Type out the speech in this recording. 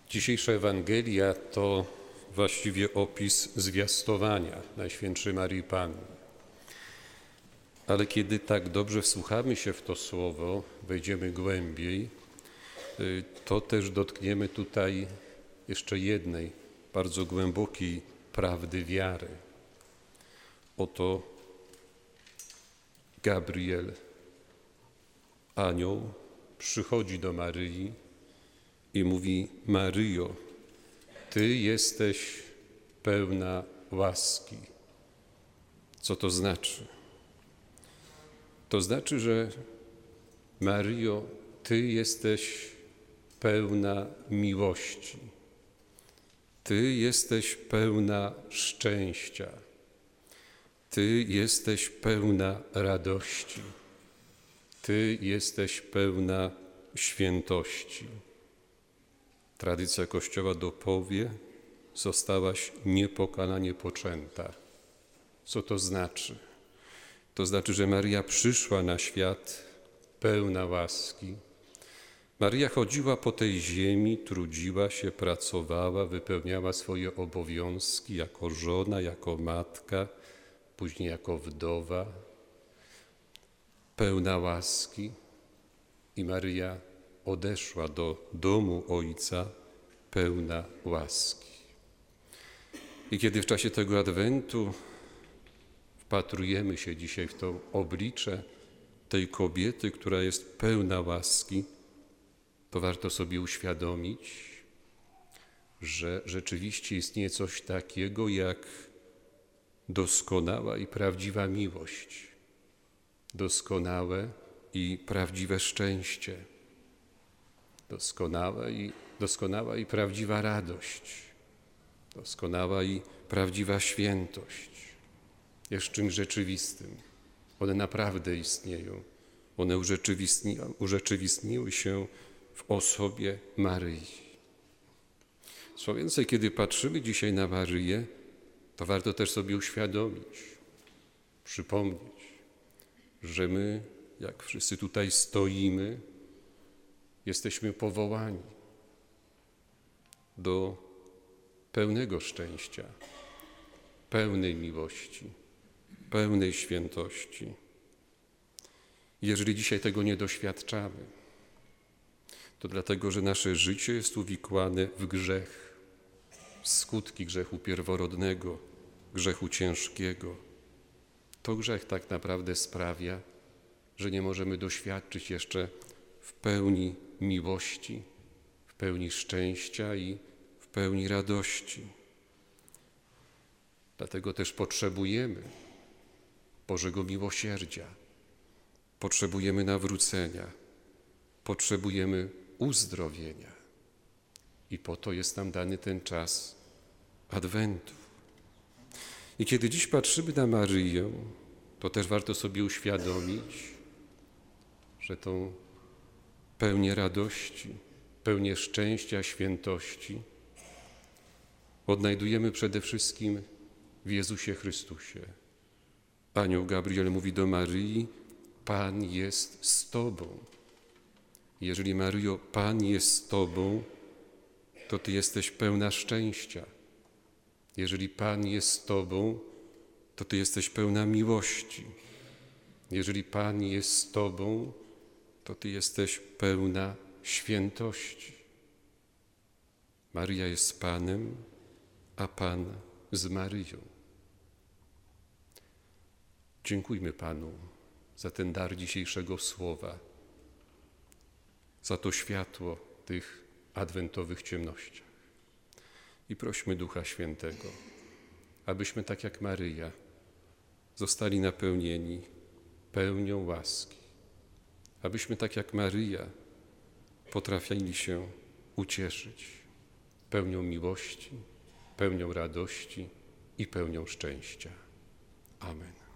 Dzisiejsza Ewangelia to właściwie opis zwiastowania Najświętszej Maryi Panny. Ale kiedy tak dobrze wsłuchamy się w to słowo, wejdziemy głębiej, to też dotkniemy tutaj jeszcze jednej bardzo głębokiej prawdy wiary. Oto Gabriel, anioł, przychodzi do Maryi i mówi: Maryjo, Ty jesteś pełna łaski. Co to znaczy? To znaczy, że Maryjo, Ty jesteś pełna miłości. Ty jesteś pełna szczęścia. Ty jesteś pełna radości. Ty jesteś pełna świętości. Tradycja Kościoła dopowie: zostałaś niepokalanie poczęta. Co to znaczy? To znaczy, że Maryja przyszła na świat pełna łaski. Maryja chodziła po tej ziemi, trudziła się, pracowała, wypełniała swoje obowiązki jako żona, jako matka, później jako wdowa. Pełna łaski. I Maryja odeszła do domu Ojca pełna łaski. I kiedy w czasie tego Adwentu wpatrujemy się dzisiaj w to oblicze tej kobiety, która jest pełna łaski, to warto sobie uświadomić, że rzeczywiście istnieje coś takiego jak doskonała i prawdziwa miłość, doskonałe i prawdziwe szczęście, doskonała i prawdziwa radość, doskonała i prawdziwa świętość. Jest czymś rzeczywistym. One naprawdę istnieją. One urzeczywistniły się w osobie Maryi. Co więcej, kiedy patrzymy dzisiaj na Maryję, to warto też sobie uświadomić, przypomnieć, że my, jak wszyscy tutaj stoimy, jesteśmy powołani do pełnego szczęścia, pełnej miłości, pełnej świętości. Jeżeli dzisiaj tego nie doświadczamy, to dlatego, że nasze życie jest uwikłane w grzech, w skutki grzechu pierworodnego, grzechu ciężkiego. To grzech tak naprawdę sprawia, że nie możemy doświadczyć jeszcze w pełni miłości, w pełni szczęścia i w pełni radości. Dlatego też potrzebujemy Bożego miłosierdzia, potrzebujemy nawrócenia, potrzebujemy uzdrowienia. I po to jest nam dany ten czas Adwentu. I kiedy dziś patrzymy na Maryję, to też warto sobie uświadomić, że tą pełnię radości, pełnię szczęścia, świętości odnajdujemy przede wszystkim w Jezusie Chrystusie. Anioł Gabriel mówi do Maryi: Pan jest z Tobą. Jeżeli, Maryjo, Pan jest z Tobą, to Ty jesteś pełna szczęścia. Jeżeli Pan jest z Tobą, to Ty jesteś pełna miłości. Jeżeli Pan jest z Tobą, to Ty jesteś pełna świętości. Maryja jest z Panem, a Pan z Maryją. Dziękujmy Panu za ten dar dzisiejszego słowa, za to światło w tych adwentowych ciemnościach. I prośmy Ducha Świętego, abyśmy tak jak Maryja zostali napełnieni pełnią łaski, abyśmy tak jak Maryja potrafili się ucieszyć pełnią miłości, pełnią radości i pełnią szczęścia. Amen.